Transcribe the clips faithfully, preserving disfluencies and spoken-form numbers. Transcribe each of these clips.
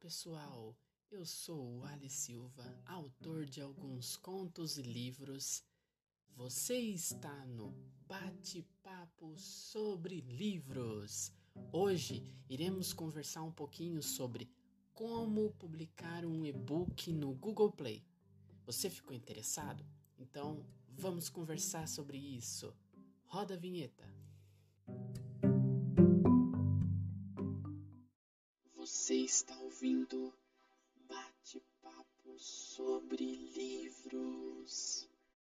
pessoal, eu sou o Ali Silva, autor de alguns contos e livros. Você está no Bate-Papo sobre Livros. Hoje iremos conversar um pouquinho sobre como publicar um e-book no Google Play. Você ficou interessado? Então vamos conversar sobre isso. Roda a vinheta. Você está ouvindo Bate-Papo sobre Livros.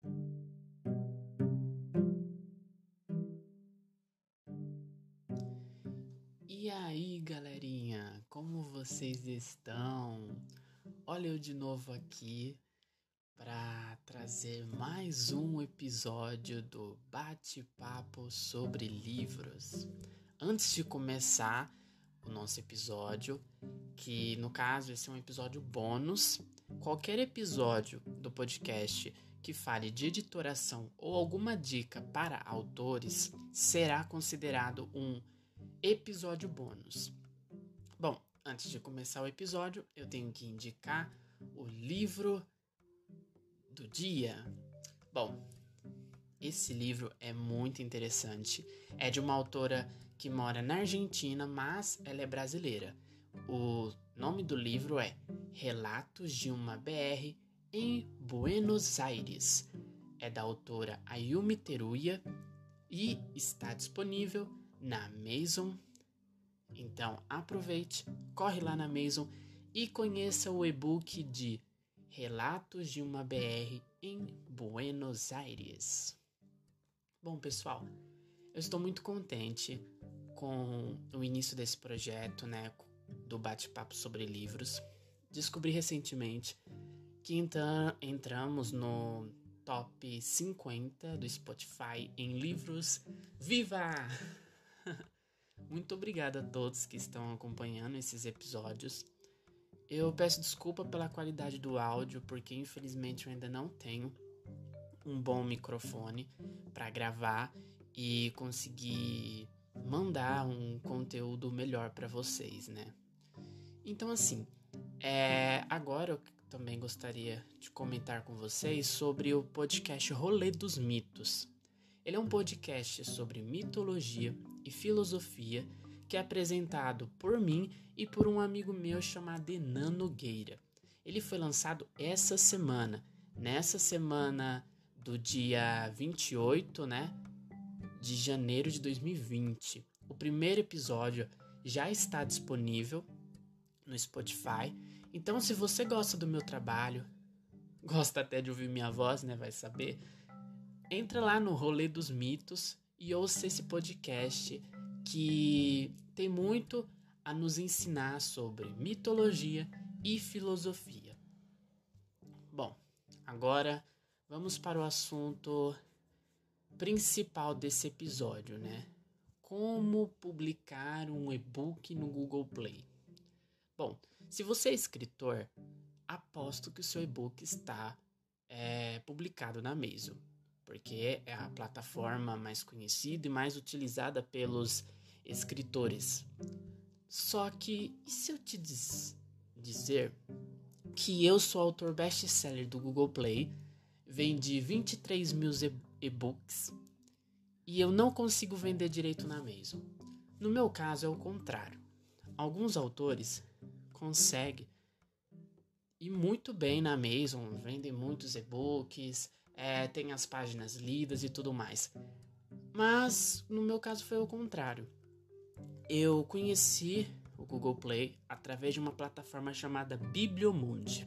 E aí, galerinha, como vocês estão? Olha eu de novo aqui para trazer mais um episódio do Bate-Papo sobre Livros. Antes de começar o nosso episódio, que no caso esse é um episódio bônus, qualquer episódio do podcast que fale de editoração ou alguma dica para autores será considerado um episódio bônus. Bom, antes de começar o episódio, eu tenho que indicar o livro do dia. Bom, esse livro é muito interessante. É de uma autora que mora na Argentina, mas ela é brasileira. O nome do livro é Relatos de uma B R em Buenos Aires. É da autora Ayumi Teruya e está disponível na Amazon. Então aproveite, corre lá na Amazon e conheça o e-book de Relatos de uma B R em Buenos Aires. Bom, pessoal, eu estou muito contente com o início desse projeto, né, do Bate-Papo sobre Livros. Descobri recentemente que entra- entramos no top cinquenta do Spotify em livros. Viva! Muito obrigado a todos que estão acompanhando esses episódios. Eu peço desculpa pela qualidade do áudio, porque infelizmente eu ainda não tenho um bom microfone para gravar e conseguir mandar um conteúdo melhor para vocês, né? Então, assim, é, agora eu também gostaria de comentar com vocês sobre o podcast Rolê dos Mitos. Ele é um podcast sobre mitologia e filosofia que é apresentado por mim e por um amigo meu chamado Enan Nogueira. Ele foi lançado essa semana, nessa semana do dia vinte e oito, né, de janeiro de dois mil e vinte. O primeiro episódio já está disponível no Spotify. Então, se você gosta do meu trabalho, gosta até de ouvir minha voz, né, vai saber, entra lá no Rolê dos Mitos e ouça esse podcast que tem muito a nos ensinar sobre mitologia e filosofia. Bom, agora vamos para o assunto principal desse episódio, né? Como publicar um e-book no Google Play. Bom, se você é escritor, aposto que o seu e-book está é, publicado na Amazon, porque é a plataforma mais conhecida e mais utilizada pelos escritores. Só que, e se eu te diz, dizer que eu sou autor best-seller do Google Play, vendi vinte e três mil e-books e eu não consigo vender direito na Amazon? No meu caso é o contrário. Alguns autores conseguem ir muito bem na Amazon, vendem muitos e-books, é, tem as páginas lidas e tudo mais. Mas no meu caso foi o contrário. Eu conheci o Google Play através de uma plataforma chamada Bibliomundi.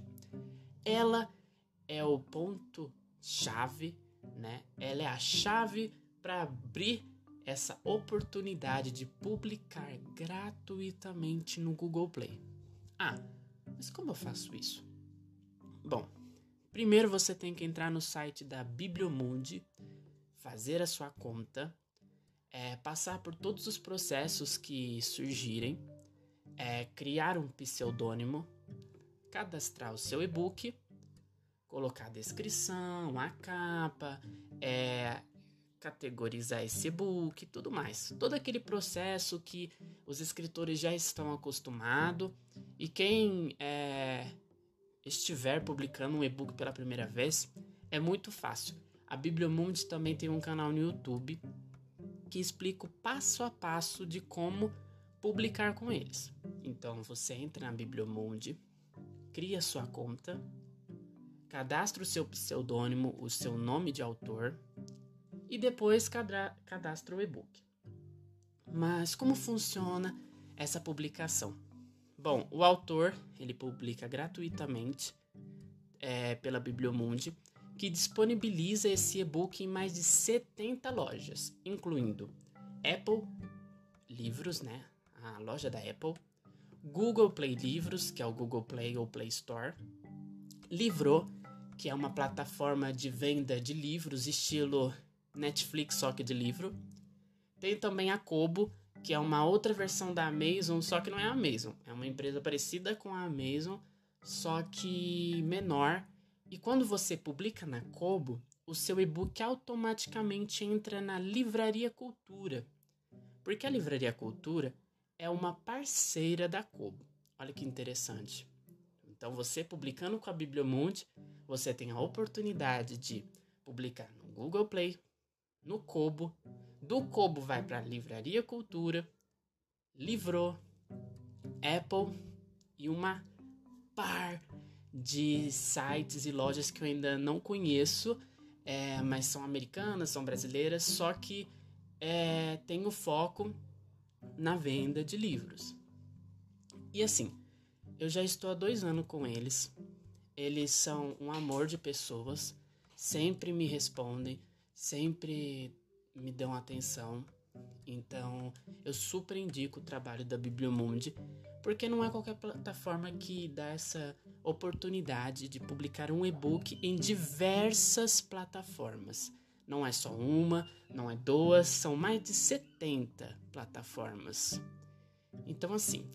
Ela é o ponto-chave, né? Ela é a chave para abrir essa oportunidade de publicar gratuitamente no Google Play. Ah, mas como eu faço isso? Bom, primeiro você tem que entrar no site da Bibliomundi, fazer a sua conta, é, passar por todos os processos que surgirem, é, criar um pseudônimo, cadastrar o seu e-book, colocar a descrição, a capa, é, categorizar esse e-book e tudo mais. Todo aquele processo que os escritores já estão acostumados e quem é, estiver publicando um e-book pela primeira vez, é muito fácil. A Bibliomundi também tem um canal no YouTube que explica o passo a passo de como publicar com eles. Então você entra na Bibliomundi, cria sua conta, cadastra o seu pseudônimo, o seu nome de autor e depois cadra- cadastra o e-book. Mas como funciona essa publicação? Bom, o autor ele publica gratuitamente é, pela Bibliomundi, que disponibiliza esse e-book em mais de setenta lojas, incluindo Apple Livros, né? A loja da Apple, Google Play Livros, que é o Google Play ou Play Store, Livro, que é uma plataforma de venda de livros estilo Netflix, só que de livro. Tem também a Kobo, que é uma outra versão da Amazon, só que não é a Amazon. É uma empresa parecida com a Amazon, só que menor. E quando você publica na Kobo, o seu e-book automaticamente entra na Livraria Cultura. Porque a Livraria Cultura é uma parceira da Kobo. Olha que interessante. Então, você publicando com a Bibliomundi, você tem a oportunidade de publicar no Google Play, no Kobo. Do Kobo vai para a Livraria Cultura, Livro, Apple e uma par de sites e lojas que eu ainda não conheço, é, mas são americanas, são brasileiras, só que é, tem o foco na venda de livros. E assim, eu já estou há dois anos com eles. Eles são um amor de pessoas, sempre me respondem, sempre me dão atenção. Então, eu super indico o trabalho da Bibliomundi, porque não é qualquer plataforma que dá essa oportunidade de publicar um e-book em diversas plataformas. Não é só uma, não é duas, são mais de setenta plataformas. Então, assim,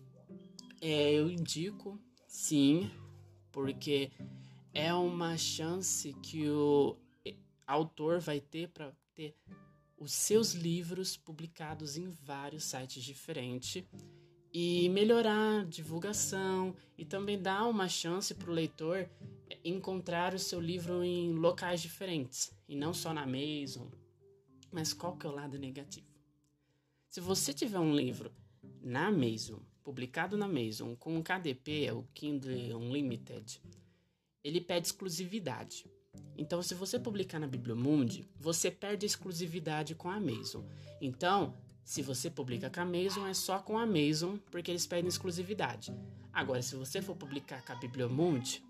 é, eu indico, sim, porque é uma chance que o autor vai ter para ter os seus livros publicados em vários sites diferentes e melhorar a divulgação e também dar uma chance para o leitor encontrar o seu livro em locais diferentes e não só na Amazon. Mas qual que é o lado negativo? Se você tiver um livro na Amazon, publicado na Amazon, com o K D P, o Kindle Unlimited, ele pede exclusividade. Então, se você publicar na Bibliomundi, você perde a exclusividade com a Amazon. Então, se você publica com a Amazon, é só com a Amazon, porque eles pedem exclusividade. Agora, se você for publicar com a Bibliomundi,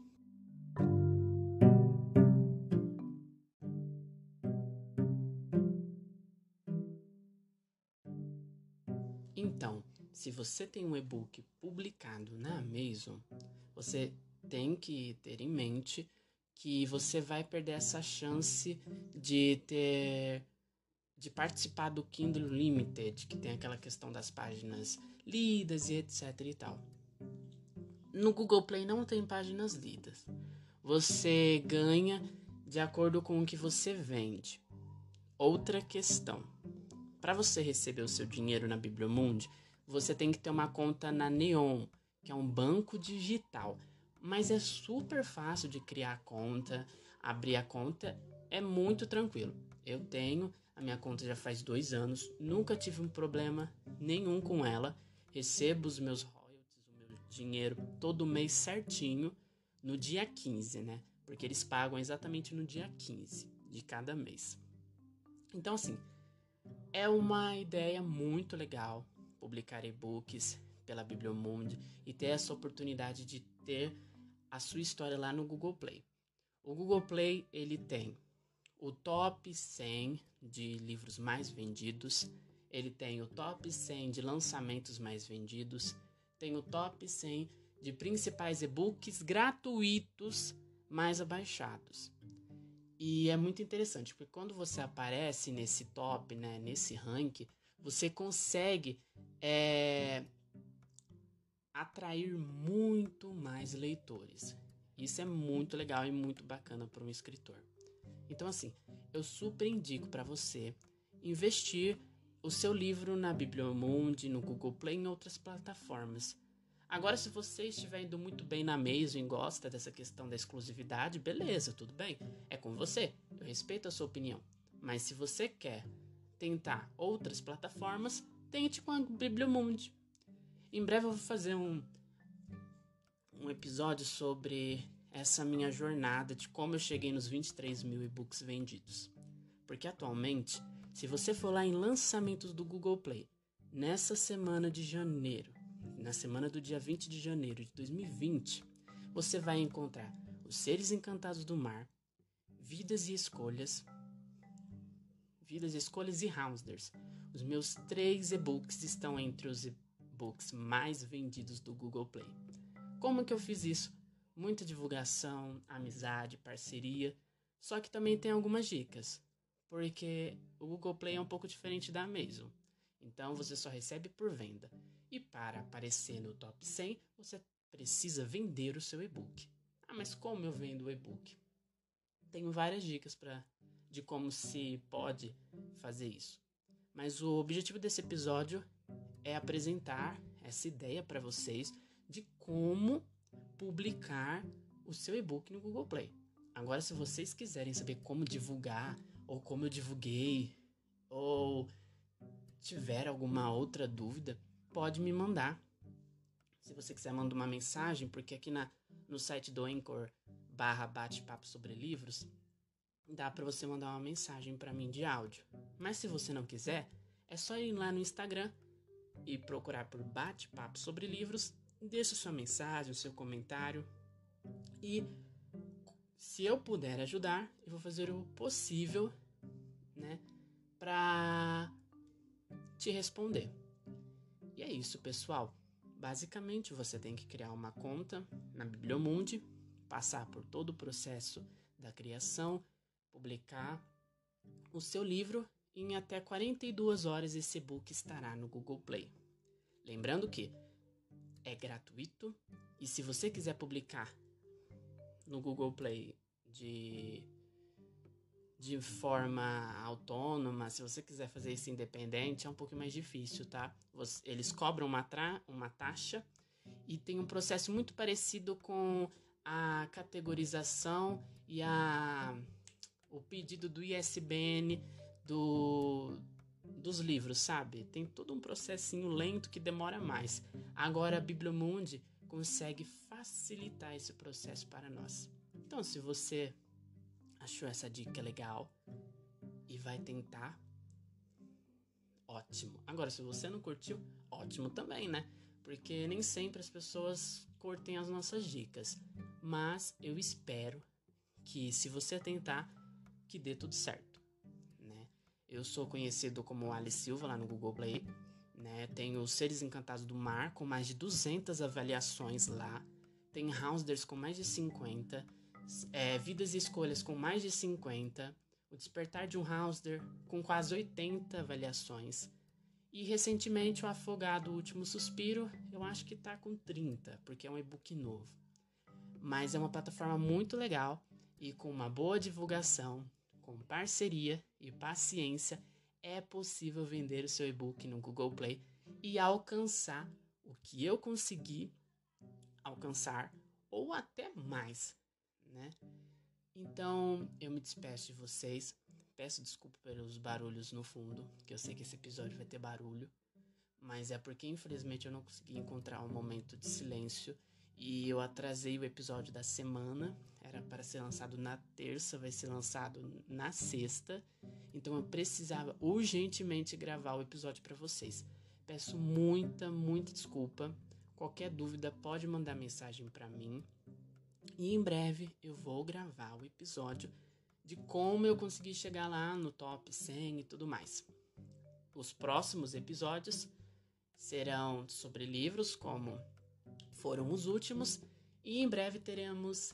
então, se você tem um e-book publicado na Amazon, você tem que ter em mente que você vai perder essa chance de ter de participar do Kindle Unlimited, que tem aquela questão das páginas lidas e etc e tal. No Google Play não tem páginas lidas. Você ganha de acordo com o que você vende. Outra questão. Para você receber o seu dinheiro na Bibliomundi, você tem que ter uma conta na Neon, que é um banco digital. Mas é super fácil de criar a conta, abrir a conta, é muito tranquilo. Eu tenho, a minha conta já faz dois anos, nunca tive um problema nenhum com ela. Recebo os meus royalties, o meu dinheiro todo mês certinho, no dia quinze, né? Porque eles pagam exatamente no dia quinze de cada mês. Então, assim, é uma ideia muito legal publicar e-books pela Bibliomundi e ter essa oportunidade de ter a sua história lá no Google Play. O Google Play, ele tem o top cem de livros mais vendidos, ele tem o top cem de lançamentos mais vendidos, tem o top cem de principais e-books gratuitos mais abaixados. E é muito interessante, porque quando você aparece nesse top, né, nesse ranking, você consegue é, atrair muito mais leitores. Isso é muito legal e muito bacana para um escritor. Então, assim, eu super indico para você investir o seu livro na Bibliomundi, no Google Play e em outras plataformas. Agora, se você estiver indo muito bem na Amazon e gosta dessa questão da exclusividade, beleza, tudo bem, é com você, eu respeito a sua opinião. Mas se você quer tentar outras plataformas, tente com a Bibliomundi. Em breve eu vou fazer um, um episódio sobre essa minha jornada de como eu cheguei nos vinte e três mil e-books vendidos. Porque atualmente, se você for lá em lançamentos do Google Play, nessa semana de janeiro, na semana do dia vinte de janeiro de dois mil e vinte, você vai encontrar Os Seres Encantados do Mar, Vidas e Escolhas, Vidas, Escolhas e Hounders. Os meus três e-books estão entre os e-books mais vendidos do Google Play. Como que eu fiz isso? Muita divulgação, amizade, parceria, só que também tem algumas dicas, porque o Google Play é um pouco diferente da Amazon. Então você só recebe por venda. E para aparecer no top cem, você precisa vender o seu e-book. Ah, mas como eu vendo o e-book? Tenho várias dicas pra, de como se pode fazer isso. Mas o objetivo desse episódio é apresentar essa ideia para vocês de como publicar o seu e-book no Google Play. Agora, se vocês quiserem saber como divulgar, ou como eu divulguei, ou tiver alguma outra dúvida, pode me mandar. Se você quiser mandar uma mensagem, porque aqui na, no site do Anchor barra bate-papo sobre livros, dá para você mandar uma mensagem para mim de áudio. Mas se você não quiser, é só ir lá no Instagram e procurar por bate-papo sobre livros, deixa sua mensagem, o seu comentário, e se eu puder ajudar, eu vou fazer o possível, né, para te responder. E é isso, pessoal. Basicamente, você tem que criar uma conta na Bibliomundi, passar por todo o processo da criação, publicar o seu livro e em até quarenta e duas horas esse e-book estará no Google Play. Lembrando que é gratuito e se você quiser publicar no Google Play de, de forma autônoma, se você quiser fazer isso independente, é um pouco mais difícil, tá? Eles cobram uma, tra- uma taxa e tem um processo muito parecido com a categorização e a, o pedido do I S B N do, dos livros, sabe? Tem todo um processinho lento que demora mais. Agora a Bibliomundi consegue facilitar esse processo para nós. Então, se você achou essa dica legal e vai tentar, ótimo. Agora, se você não curtiu, ótimo também, né? Porque nem sempre as pessoas curtem as nossas dicas. Mas eu espero que, se você tentar, que dê tudo certo, né? Eu sou conhecido como Alice Silva lá no Google Play, né? Tenho Os Seres Encantados do Mar com mais de duzentas avaliações lá. Tem Hounders com mais de cinquenta. É, Vidas e Escolhas com mais de cinquenta. O Despertar de um Hounder com quase oitenta avaliações. E recentemente o Afogado, o Último Suspiro, eu acho que tá com trinta, porque é um e-book novo. Mas é uma plataforma muito legal e com uma boa divulgação, com parceria e paciência, é possível vender o seu e-book no Google Play e alcançar o que eu consegui alcançar ou até mais, né? Então, eu me despeço de vocês. Peço desculpa pelos barulhos no fundo, que eu sei que esse episódio vai ter barulho, mas é porque, infelizmente, eu não consegui encontrar um momento de silêncio e eu atrasei o episódio da semana. Era para ser lançado na terça, vai ser lançado na sexta. Então, eu precisava urgentemente gravar o episódio para vocês. Peço muita, muita desculpa. Qualquer dúvida, pode mandar mensagem para mim. E em breve eu vou gravar o episódio de como eu consegui chegar lá no top cem e tudo mais. Os próximos episódios serão sobre livros, como foram os últimos, e em breve teremos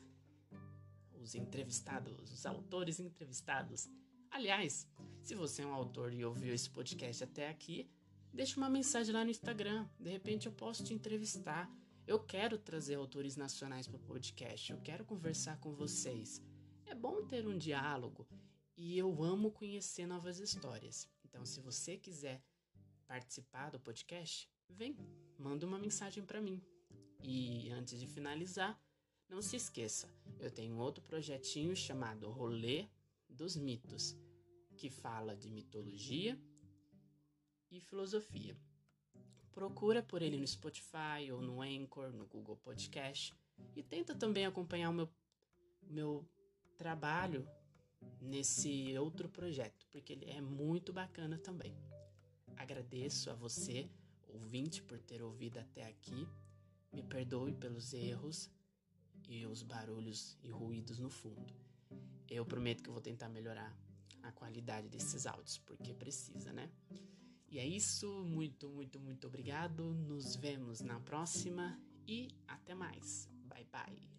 os entrevistados, os autores entrevistados. Aliás, se você é um autor e ouviu esse podcast até aqui, deixa uma mensagem lá no Instagram, de repente eu posso te entrevistar. Eu quero trazer autores nacionais para o podcast, eu quero conversar com vocês. É bom ter um diálogo e eu amo conhecer novas histórias. Então Então, se você quiser participar do podcast, vem, manda uma mensagem para mim. E antes de finalizar, não se esqueça, eu tenho outro projetinho chamado Rolê dos Mitos, que fala de mitologia e filosofia. Procura por ele no Spotify ou no Anchor, no Google Podcast, e tenta também acompanhar o meu, meu trabalho nesse outro projeto, porque ele é muito bacana também. Agradeço a você, ouvinte, por ter ouvido até aqui. Me perdoe pelos erros e os barulhos e ruídos no fundo. Eu prometo que eu vou tentar melhorar a qualidade desses áudios, porque precisa, né? E é isso, muito, muito, muito obrigado. Nos vemos na próxima e até mais. Bye, bye.